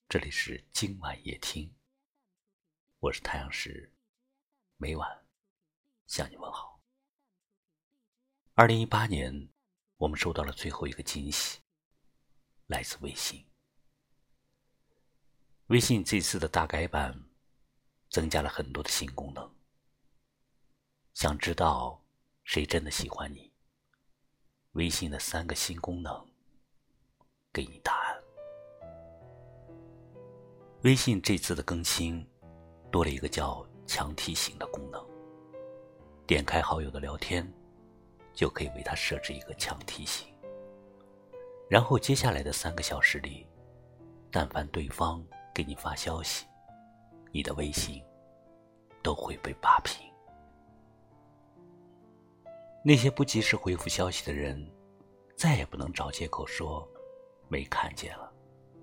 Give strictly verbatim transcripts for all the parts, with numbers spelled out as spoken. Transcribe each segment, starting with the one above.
这里是今晚夜听，我是太阳石，每晚向你问好。二零一八年，我们收到了最后一个惊喜，来自微信。微信这次的大改版增加了很多的新功能。想知道谁真的喜欢你？微信的三个新功能，给你答案。微信这次的更新多了一个叫强提醒的功能，点开好友的聊天，就可以为他设置一个强提醒。然后接下来的三个小时里，但凡对方给你发消息，你的微信都会被霸屏。那些不及时回复消息的人，再也不能找借口说没看见了。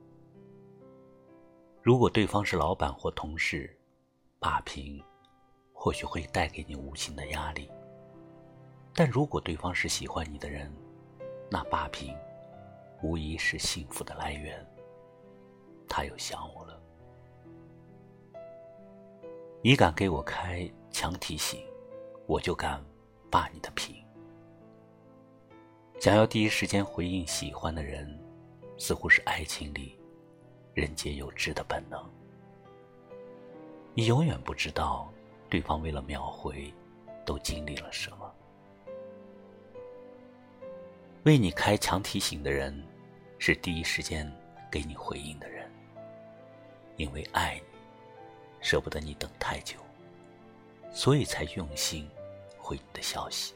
如果对方是老板或同事，霸屏或许会带给你无形的压力，但如果对方是喜欢你的人，那霸屏无疑是幸福的来源。他又想我了。你敢给我开强提醒，我就敢霸你的屏。想要第一时间回应喜欢的人，似乎是爱情里人皆有之的本能。你永远不知道对方为了秒回都经历了什么。为你开强提醒的人，是第一时间给你回应的人，因为爱你，舍不得你等太久，所以才用心回你的消息。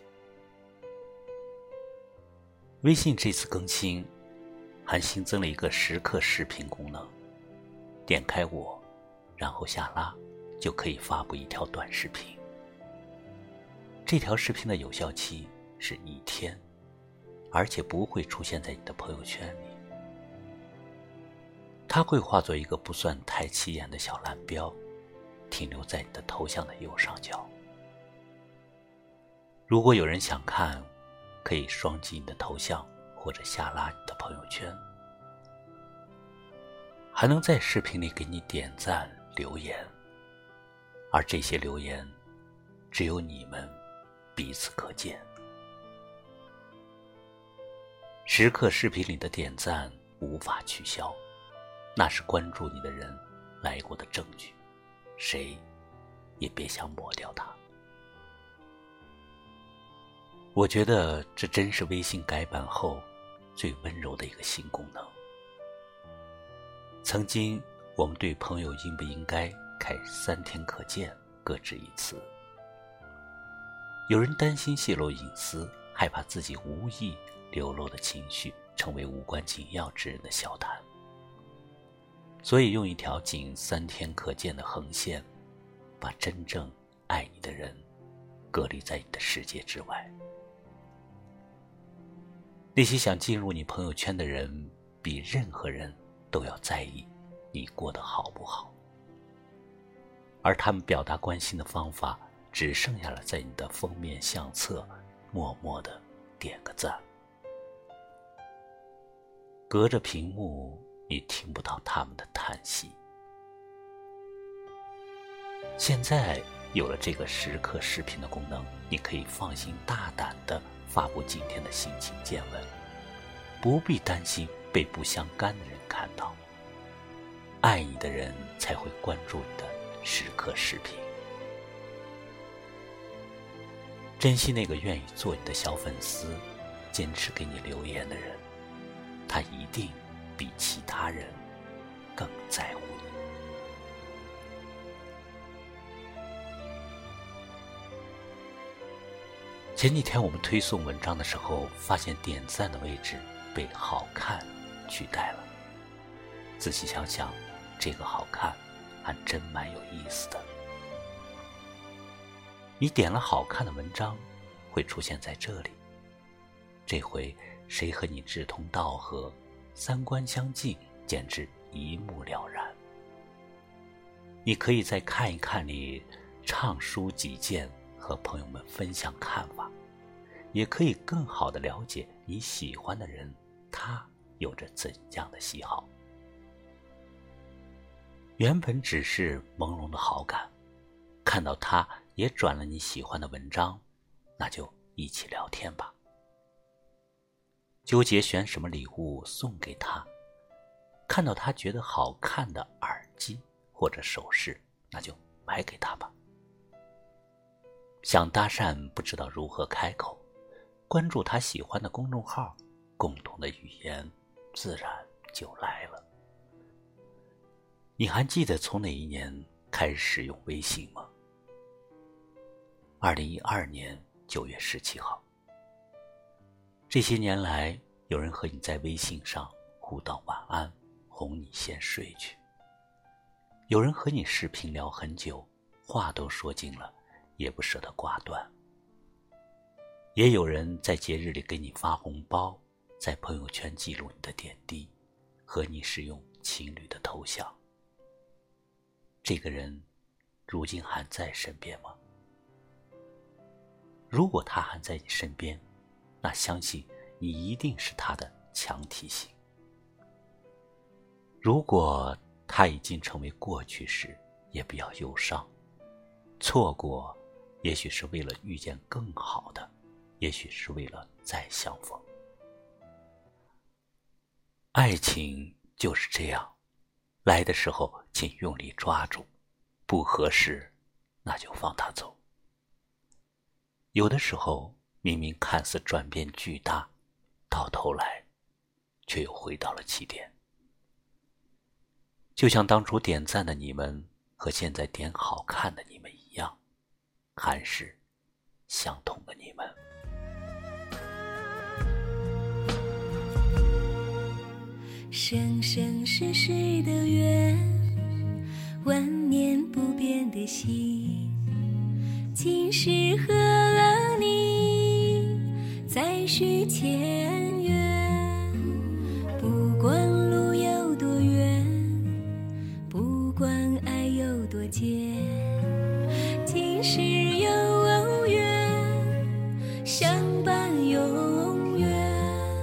微信这次更新还新增了一个时刻视频功能，点开我，然后下拉，就可以发布一条短视频。这条视频的有效期是一天，而且不会出现在你的朋友圈里。它会化作一个不算太起眼的小蓝标，停留在你的头像的右上角。如果有人想看，可以双击你的头像或者下拉你的朋友圈，还能在视频里给你点赞留言，而这些留言只有你们彼此可见。时刻视频里的点赞无法取消，那是关注你的人来过的证据，谁也别想抹掉它。我觉得这真是微信改版后最温柔的一个新功能。曾经我们对朋友应不应该开三天可见各执一词，有人担心泄露隐私，害怕自己无意流露的情绪成为无关紧要之人的笑谈，所以用一条仅三天可见的横线，把真正爱你的人隔离在你的世界之外。那些想进入你朋友圈的人，比任何人都要在意你过得好不好，而他们表达关心的方法，只剩下了在你的封面相册默默地点个赞。隔着屏幕，你听不到他们的叹息。现在有了这个时刻视频的功能，你可以放心大胆地发布今天的心情见闻，不必担心被不相干的人看到。爱你的人才会关注你的时刻视频。珍惜那个愿意做你的小粉丝，坚持给你留言的人，他一定比其他人更在乎你。前几天我们推送文章的时候，发现点赞的位置被好看取代了。仔细想想，这个好看还真蛮有意思的。你点了好看的文章，会出现在这里。这回谁和你志同道合，三观相近，简直一目了然。你可以在看一看里畅抒己见，和朋友们分享看法，也可以更好地了解你喜欢的人，他有着怎样的喜好。 原本只是朦胧的好感，看到他也转了你喜欢的文章，那就一起聊天吧。纠结选什么礼物送给他，看到他觉得好看的耳机或者首饰，那就买给他吧。想搭讪不知道如何开口，关注他喜欢的公众号，共同的语言自然就来了。你还记得从哪一年开始使用微信吗？二零一二年九月十七号。这些年来，有人和你在微信上互道晚安，哄你先睡去。有人和你视频聊很久，话都说尽了，也不舍得挂断。也有人在节日里给你发红包，在朋友圈记录你的点滴，和你使用情侣的头像。这个人如今还在身边吗？如果他还在你身边，那相信你一定是他的强提醒。如果他已经成为过去时，也不要忧伤。错过也许是为了遇见更好的，也许是为了再相逢。爱情就是这样，来的时候请用力抓住，不合适那就放他走。有的时候明明看似转变巨大，到头来却又回到了起点。就像当初点赞的你们和现在点好看的你们一样，还是相同的你们。 生生世世的缘，万年不变的心，今世和了你再续前缘。不管路有多远，不管爱有多艰，今世有缘，相伴永远。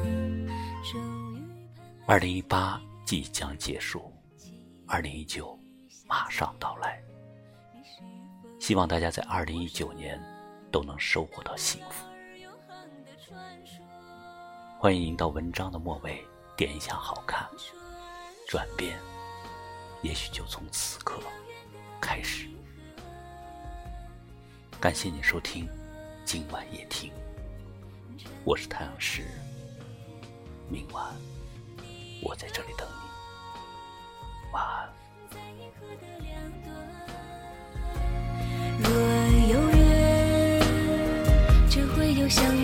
二零一八即将结束，二零一九马上到来。希望大家在二零一九年都能收获到幸福。欢迎您到文章的末尾点一下好看，转变也许就从此刻开始。感谢你收听今晚夜听，我是太阳石，明晚我在这里等你，晚安。 若有缘，这会有相